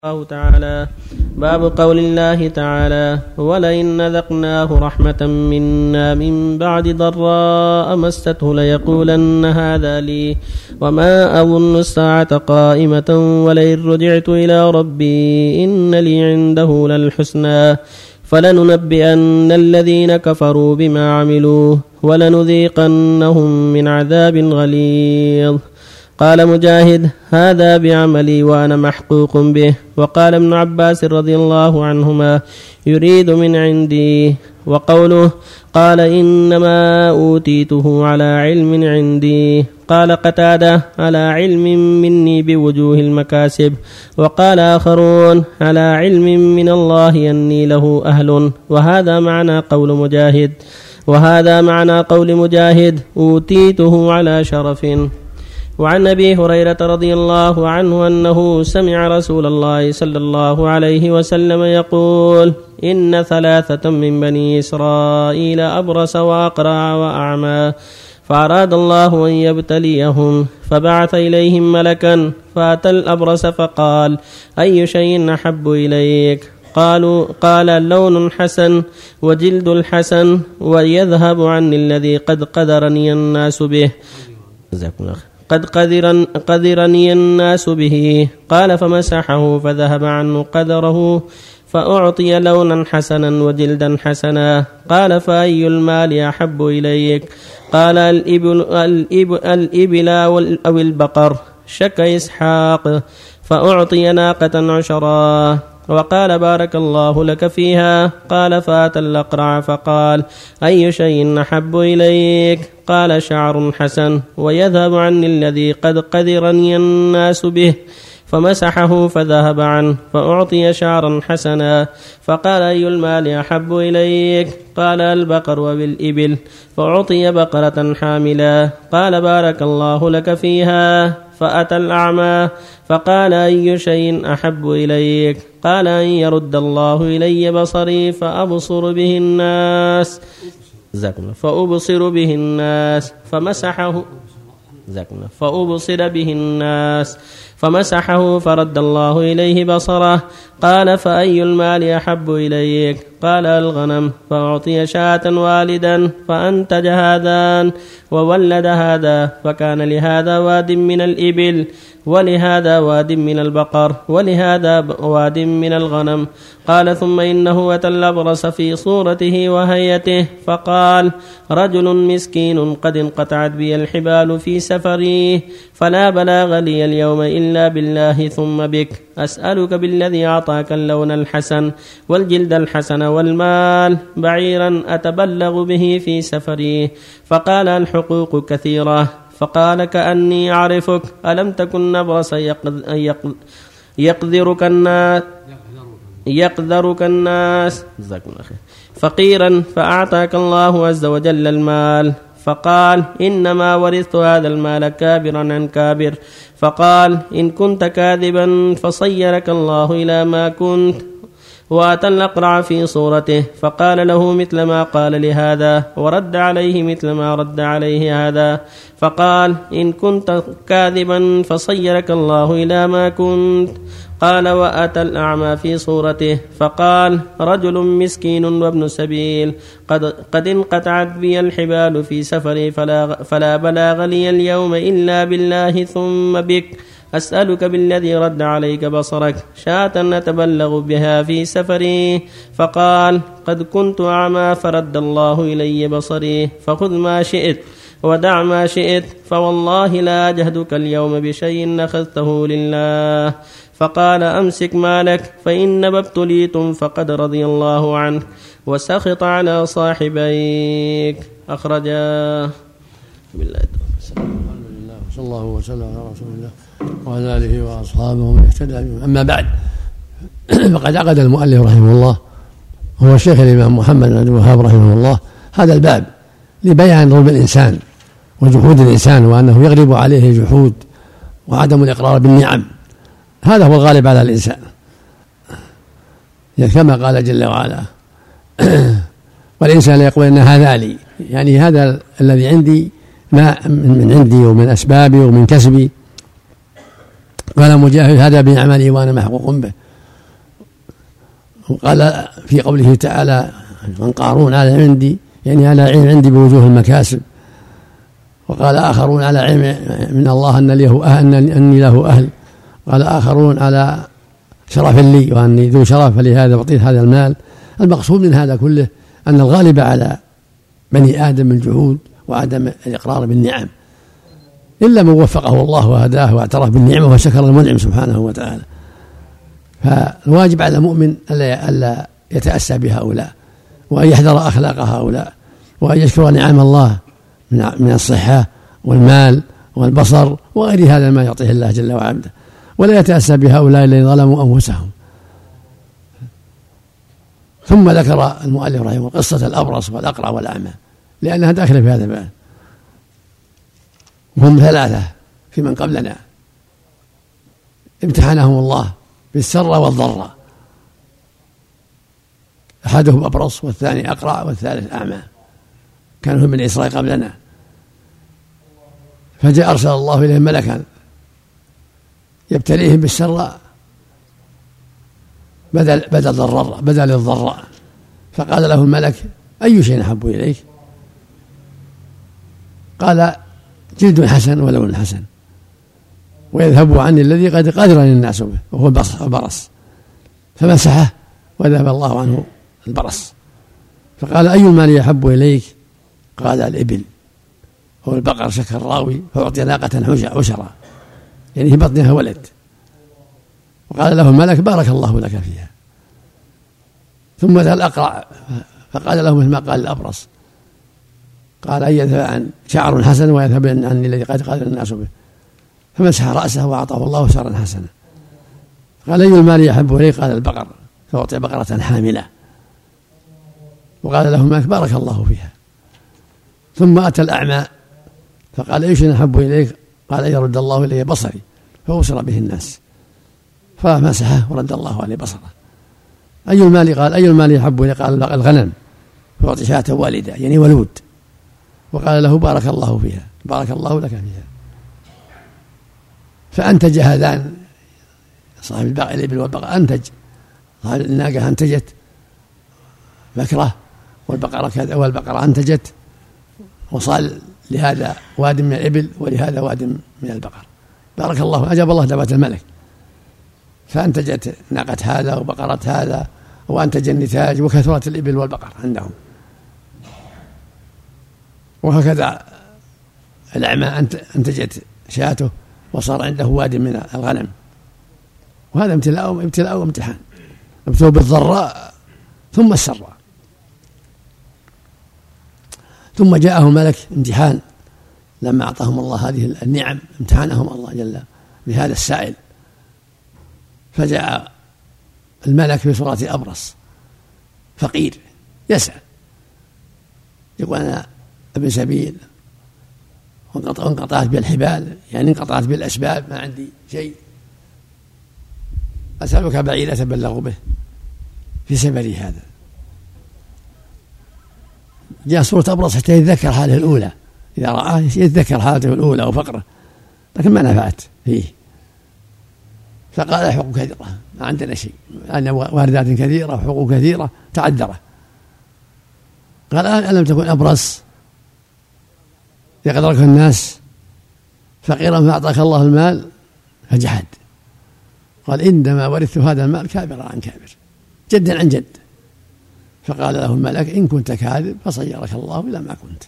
الله تعالى. باب قول الله تعالى: ولئن أذقناه رحمة منا من بعد ضراء مسته ليقولن هذا لي وما أظن الساعة قائمة ولئن رجعت إلى ربي إن لي عنده للحسنى فلننبئن الذين كفروا بما عملوا ولنذيقنهم من عذاب غليظ. قال مجاهد: هذا بعملي وأنا محقوق به. وقال ابن عباس رضي الله عنهما: يريد من عندي. وقوله: قال إنما أوتيته على علم عندي. قال قتادة: على علم مني بوجوه المكاسب. وقال آخرون: على علم من الله أني له أهل. وهذا معنى قول مجاهد: أوتيته على شرف. وعن أبي هريرة رضي الله عنه أنه سمع رسول الله صلى الله عليه وسلم يقول: إن ثلاثة من بني إسرائيل أبرص وأقرع وأعمى فأراد الله أن يبتليهم فبعث إليهم ملكا فأتى الأبرص فقال: أي شيء أحب إليك؟ قال: لون حسن وجلد الحسن ويذهب عني الذي قد قدرني الناس به. قدرني الناس به. قال: فمسحه فذهب عنه قدره فأعطي لونا حسنا وجلدا حسنا. قال: فأي المال أحب إليك؟ قال: الإبل أو البقر. شك إسحاق فأعطي ناقة عشرا. وقال: بارك الله لك فيها. قال: فأتى الأقرع فقال: أي شيء أحب إليك؟ قال: شعر حسن ويذهب عني الذي قد قدرني الناس به. فمسحه فذهب عنه فأعطي شعرا حسنا. فقال: أي المال أحب إليك؟ قال: البقر وبالإبل. فأعطي بقرة حاملا. قال: بارك الله لك فيها. فأتى الأعمى فقال: أي شيء أحب إليك؟ قال: أن يرد الله إلي بصري فأبصر به الناس فمسحه فرد الله إليه بصره. قال: فأي المال أحب إليك؟ قال: الغنم. فأعطي شاة والدا فأنتج هذان وولد هذا فكان لهذا واد من الإبل ولهذا واد من البقر ولهذا واد من الغنم. قال: ثم إنه أتى الأبرص في صورته وهيئته فقال: رجل مسكين قد انقطعت بي الحبال في سفري فلا بلاغ لي اليوم إلا بالله ثم بك. أسألك بالذي أعطاك اللون الحسن والجلد الحسن والمال بعيرا أتبلغ به في سفري. فقال: الحقوق كثيرة. فقال: كأني أعرفك. ألم تكن نبرس يقذرك الناس فقيرا فأعطاك الله عز وجل المال. فقال: إنما ورثت هذا المال كابرا عن كابر. فقال: إن كنت كاذبا فصيرك الله إلى ما كنت. وأتى الأقرع في صورته فقال له مثل ما قال لهذا ورد عليه مثل ما رد عليه هذا. فقال: إن كنت كاذبا فصيرك الله إلى ما كنت. قال: وأتى الأعمى في صورته فقال: رجل مسكين وابن سبيل قد انقطعت بي الحبال في سفري فلا بلاغ لي اليوم إلا بالله ثم بك. أسألك بالذي رد عليك بصرك شاة نتبلغ بها في سفري. فقال: قد كنت أعمى فرد الله إلي بصري فخذ ما شئت ودع ما شئت فوالله لا أجهدك اليوم بشيء أخذته لله. فقال: أمسك مالك فإنما ابتليتم فقد رضي الله عنك وسخط على صاحبيك. أخرجاه. بالله صلى الله وسلم على رسول الله وعلى آله وأصحابه ومن اهتدى بهم. أما بعد، فقد عقد المؤلف رحمه الله هو الشيخ الإمام محمد بن عبد الوهاب رحمه الله هذا الباب لبيان ظلم الإنسان وجحود الإنسان وأنه يغلب عليه الجحود وعدم الإقرار بالنعم. هذا هو الغالب على الإنسان، كما قال جل وعلا: والإنسان لا يقول إن هذا لي، يعني هذا الذي عندي ما من عندي ومن أسبابي ومن كسبي. قال مجاهد: هذا بعملي وأنا محقوق به. وقال في قوله تعالى من قارون على عندي، يعني على علم عندي بوجوه المكاسب. وقال آخرون على علم من الله أني له أهل. قال آخرون على شرف لي وأني ذو شرف فلهذا أعطيت هذا المال. المقصود من هذا كله أن الغالب على بني آدم الجحود وعدم الإقرار بالنعم، إلا من وفقه الله وهداه واعترف بالنعمة وشكر المنعم سبحانه وتعالى. فالواجب على المؤمن ألا يتأسى بهؤلاء، وأن يحذر أخلاق هؤلاء، وأن يشكر نعم الله من الصحة والمال والبصر وغير هذا ما يعطيه الله جل وعلا، ولا يتأسى بهؤلاء الذين ظلموا أنفسهم. ثم ذكر المؤلف رحمه الله قصة الأبرص والأقرع والأعمى، لأنها داخلة في هذا الباب. وهم ثلاثة في من قبلنا امتحنهم الله بالسر والضراء، أحدهم أبرص والثاني أقرع والثالث أعمى، كانوا من إسرائيل قبلنا. فجاء أرسل الله إليهم ملكا يبتليهم بالسراء بدل الضراء. فقال له الملك أي شيء أحب إليك؟ قال جلد حسن ولون حسن ويذهب عني الذي قد قدرني الناس به وهو البرص. فمسحه وذهب الله عنه البرص. فقال أي المال يحب إليك؟ قال الإبل هو البقر. شك الراوي فأعطي ناقة عشرة، يعني في بطنها ولد. وقال له الملك بارك الله لك فيها. ثم ذا الأقرع فقال له مثل ما قال الأبرص، قال أن يذهب عن شعر حسن ويذهب عني الذي قد قدر الناس به. فمسح رأسه وأعطاه الله شعرا حسنا. قال أي المال يحب إليك؟ قال البقر، فأعطي بقرة حاملة. وقال له الملك بارك الله فيها. ثم أتى الأعمى فقال أي شيء أحب إليك؟ قال أن يرد الله إلي بصري فأبصر به الناس. فمسحه ورد الله عليه بصره. أي المال؟ قال أي المال يحب إليك؟ قال الغنم، فأعطي شاة والدة يعني ولود. وقال له بارك الله فيها، بارك الله لك فيها. فأنتج هذان صاحب الإبل والبقرة، أنتج صاحب الناقة أنتجت بكرة والبقرة كذا، والبقرة أنتجت، وصال لهذا واد من الإبل ولهذا واد من البقر. بارك الله، أجاب الله دعوة الملك، فأنتجت ناقة هذا وبقرة هذا وأنتج النتاج، وكثرت الإبل والبقر عندهم. وهكذا الأعمى أنتجت شاته وصار عنده واد من الغنم. وهذا ابتلاء وامتحان، ابتلوا بالضراء ثم السراء. ثم جاءه الملك امتحان لما أعطاهم الله هذه النعم، امتحانهم الله جل بهذا السائل. فجاء الملك في صورة أبرص فقير يسأل، يقول أنا ابن سبيل وانقطعت بالحبال، يعني انقطعت بالأسباب، ما عندي شيء، أسألك بعيد أتبلغ به في سفري هذا. جاء صورة أبرص حتى يتذكر حاله الأولى، إذا رآه يتذكر حالته الأولى وفقره، لكن ما نفعت فيه. فقال حقوق كثيرة، ما عندنا شيء، عندنا واردات كثيرة وحقوق كثيرة تعذره. قال ألم تكن أبرص يقدرك الناس فقيرا فأعطاك الله المال فجحد. قال إنما ورثت هذا المال كابرا عن كابر، جدا عن جد. فقال له الملك إن كنت كاذب فصيرك الله إلى ما كنت.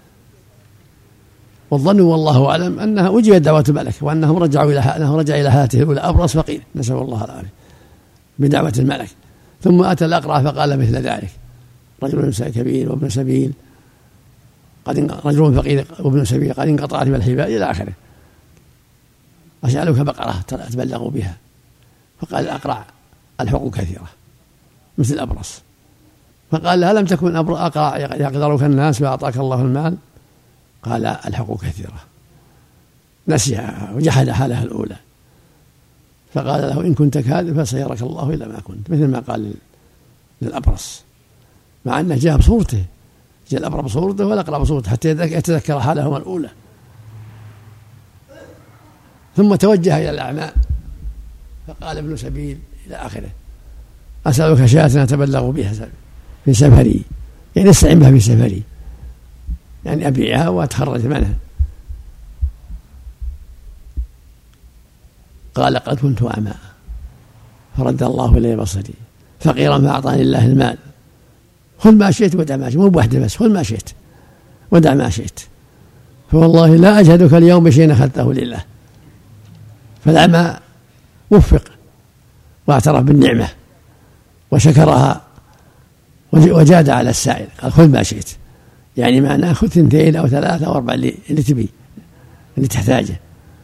والظن والله أعلم أنها أجيبت دعوة الملك، وأنه رجع إلى حالته الأولى أبرص فقير، نسأل الله العافية، بدعوة الملك. ثم أتى الأقرع فقال مثل ذلك، رجل كبير وابن سبيل رجل فقير وابن سبيل قد انقطعت بالحبال إلى آخره. أسألك بقرة أتبلغ بها. فقال الأقرع الحقوق كثيرة مثل أبرص. فقال ألم تكن أقرع يقدرك الناس وأعطاك الله المال؟ قال الحقوق كثيرة، نسيها وجحد حالها الأولى. فقال له إن كنت كاذب فسيرك الله إلى ما كنت، مثل ما قال للأبرص، مع أنه جاء بصورته، جاء الأبرص بصورته والأقرع بصورته حتى يتذكر حالهما الأولى. ثم توجه إلى الأعمى فقال ابن سبيل إلى آخره. أسألك شاة أتبلغ بها في سفري، يعني استعين بها في سفري، يعني أبيعها وأتخرج منها. قال قد كنت أعمى فرد الله إلي بصري، فقيرا فأعطاني الله المال، خذ ما شئت ودع ما شئت، مو بوحدة بس، خذ ما شئت ودع ما شئت، فوالله لا أجهدك اليوم بشيء أخذته لله. فالأعمى وفق واعترف بالنعمة وشكرها وجاد على السائل، قال خذ ما شئت، يعني معناه خذ 2 أو 3 أو 4 اللي تبي اللي تحتاجه،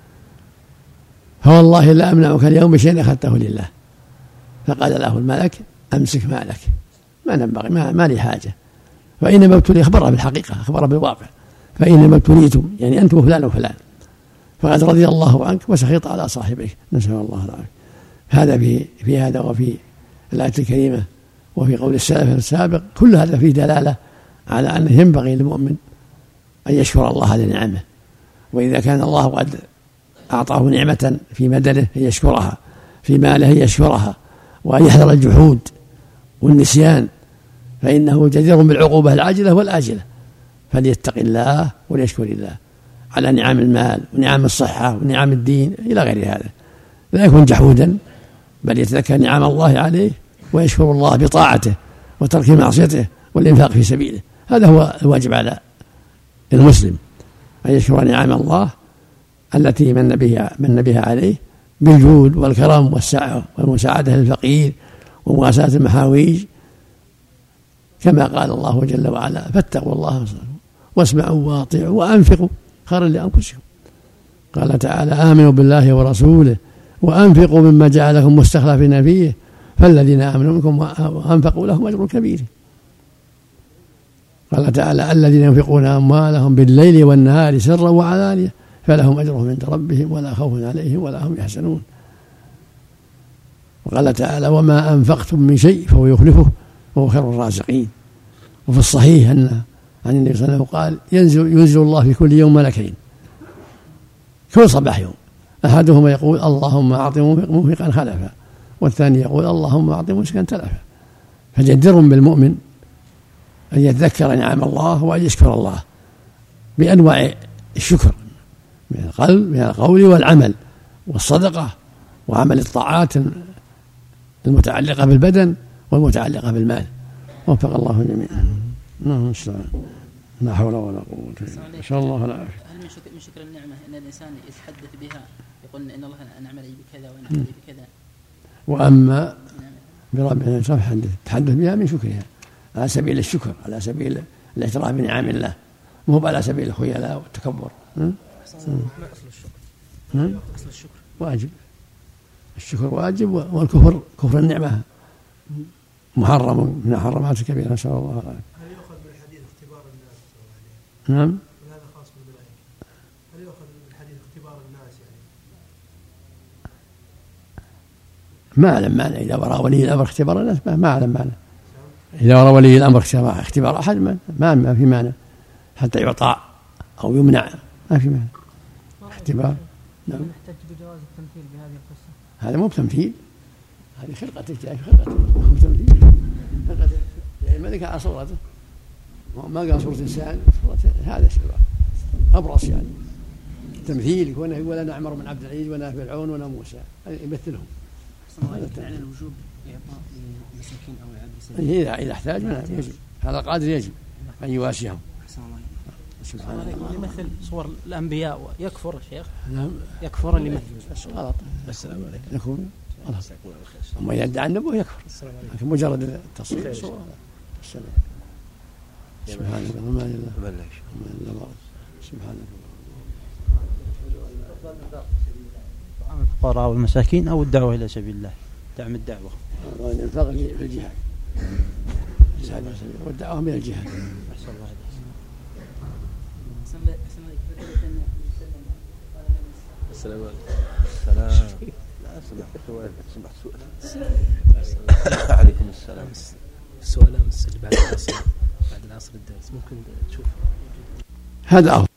فوالله لا أمنعك اليوم بشيء أخذته لله. فقال له الملك أمسك مالك، ما نبغي، ما لي حاجة، فإنما ابتلي، أخبره بالحقيقة، أخبره بالواقع، فإنما ابتليتم يعني أنت وفلان وفلان، فقد رضي الله عنك وسخط على صاحبك، نسأل الله العافية. هذا في هذا وفي الآية الكريمة وفي قول السلف السابق، كل هذا فيه دلالة على أنه ينبغي للمؤمن أن يشكر الله على نعمه، وإذا كان الله قد أعطاه نعمة في بدنه يشكرها، في ماله يشكرها، وأن يحذر الجحود والنسيان، فإنه جدير بالعقوبة العاجلة والآجلة، فليتق الله وليشكر الله على نعم المال ونعم الصحة ونعم الدين إلى غير هذا، لا يكون جحودا، بل يتذكر نعم الله عليه ويشكر الله بطاعته وترك معصيته والإنفاق في سبيله. هذا هو الواجب على المسلم، أن يشكر نعم الله التي من بها عليه بالجود والكرم والسعة والمساعدة للفقير ومواساة المحاويج، كما قال الله جل وعلا فاتقوا الله واسمعوا واطيعوا وأنفقوا خيرا لأنفسكم. قال تعالى آمنوا بالله ورسوله وأنفقوا مما جعلكم مستخلفين فيه فالذين آمنوا منكم وأنفقوا لهم أجر كبير. قال تعالى الذين ينفقون أموالهم بالليل والنهار سرا وعلانية فلهم أجرهم عند ربهم ولا خوف عليهم ولا هم يحزنون. وقال تعالى وما أنفقتم من شيء فهو يخلفه وهو خير الرازقين. وفي الصحيح أن عن النبي صلى الله عليه وسلم قال ينزل الله في كل يوم ملكين كل صباح يوم، أحدهما يقول اللهم أعط منفقا خلفا، والثاني يقول اللهم أعط ممسكا تلفا. فجدير بالمؤمن أن يتذكر نعم الله وأن يشكر الله بأنواع الشكر من القلب من القول والعمل والصدقة وعمل الطاعات المتعلقة بالبدن والمتعلقة بالمال. وفق الله جميعا. نعم لا حول ولا قوة إلا بالله. إن شاء الله العافية. هل من شكر النعمة أن الإنسان يتحدث بها يقول إن الله أنعم علي بكذا وأنعم علي بكذا؟ وأما بربنا تحدث بها من شكرها على سبيل الشكر، على سبيل الاعتراف بنعم الله، مو على سبيل الخيلاء والتكبر. ما أصل الشكر؟ أصل الشكر واجب، الشكر واجب، والكفر كفر النعمة محرم من محرمات الكبيرة. نسأل الله العافية. هل يؤخذ بالحديث اختبار الناس؟ نعم. وهذا خاص بالملائكة. هل يؤخذ بالحديث اختبار الناس يعني؟ ما أعلم معنى إذا ورى ولي الأمر اختبار الناس، ما أعلم معنى. إذا ورى ولي الأمر اختبار أحد ما في معنى حتى يعطى أو يمنع، ما في معنى اختبار. نعم. نحتاج بجواز التمثيل بهذه القصة. هذا مو بتمثيل، هذه خلقته جاي خلقته، مو بتمثيل، خلقته يعني الملك على صورته، ما قال صورة إنسان، صورة هذا شباب أبرص يعني. تمثيل يكون يقول أنا عمر بن عبد العزيز وأنا فرعون وأنا موسى، يمثلهم. هذا على الوجوب إعطاء المساكين أو العبد إذا احتاج يجب، هذا القادر يجب أن يواسيهم. سبحان الله. يمثل صور الأنبياء يكفر يا شيخ؟ نعم يكفر اللي بس غلط. السلام عليكم. يكون غلط. أما يدعي النبوة يكفر، لكن مجرد التصوير صورة. السلام. سبحانك اللهم لا إله إلا الله. سبحانك. طعام الفقراء والمساكين أو الدعوة إلى سبيل الله، دعم الدعوة. الإنفاق في الجهاد والدعوة من الجهاد. أحسن الله عليك. السلام عليكم. سمحت سؤال. عليكم السلام. السؤال أمس بعد العصر الدرس ممكن تشوف هذا أفضل.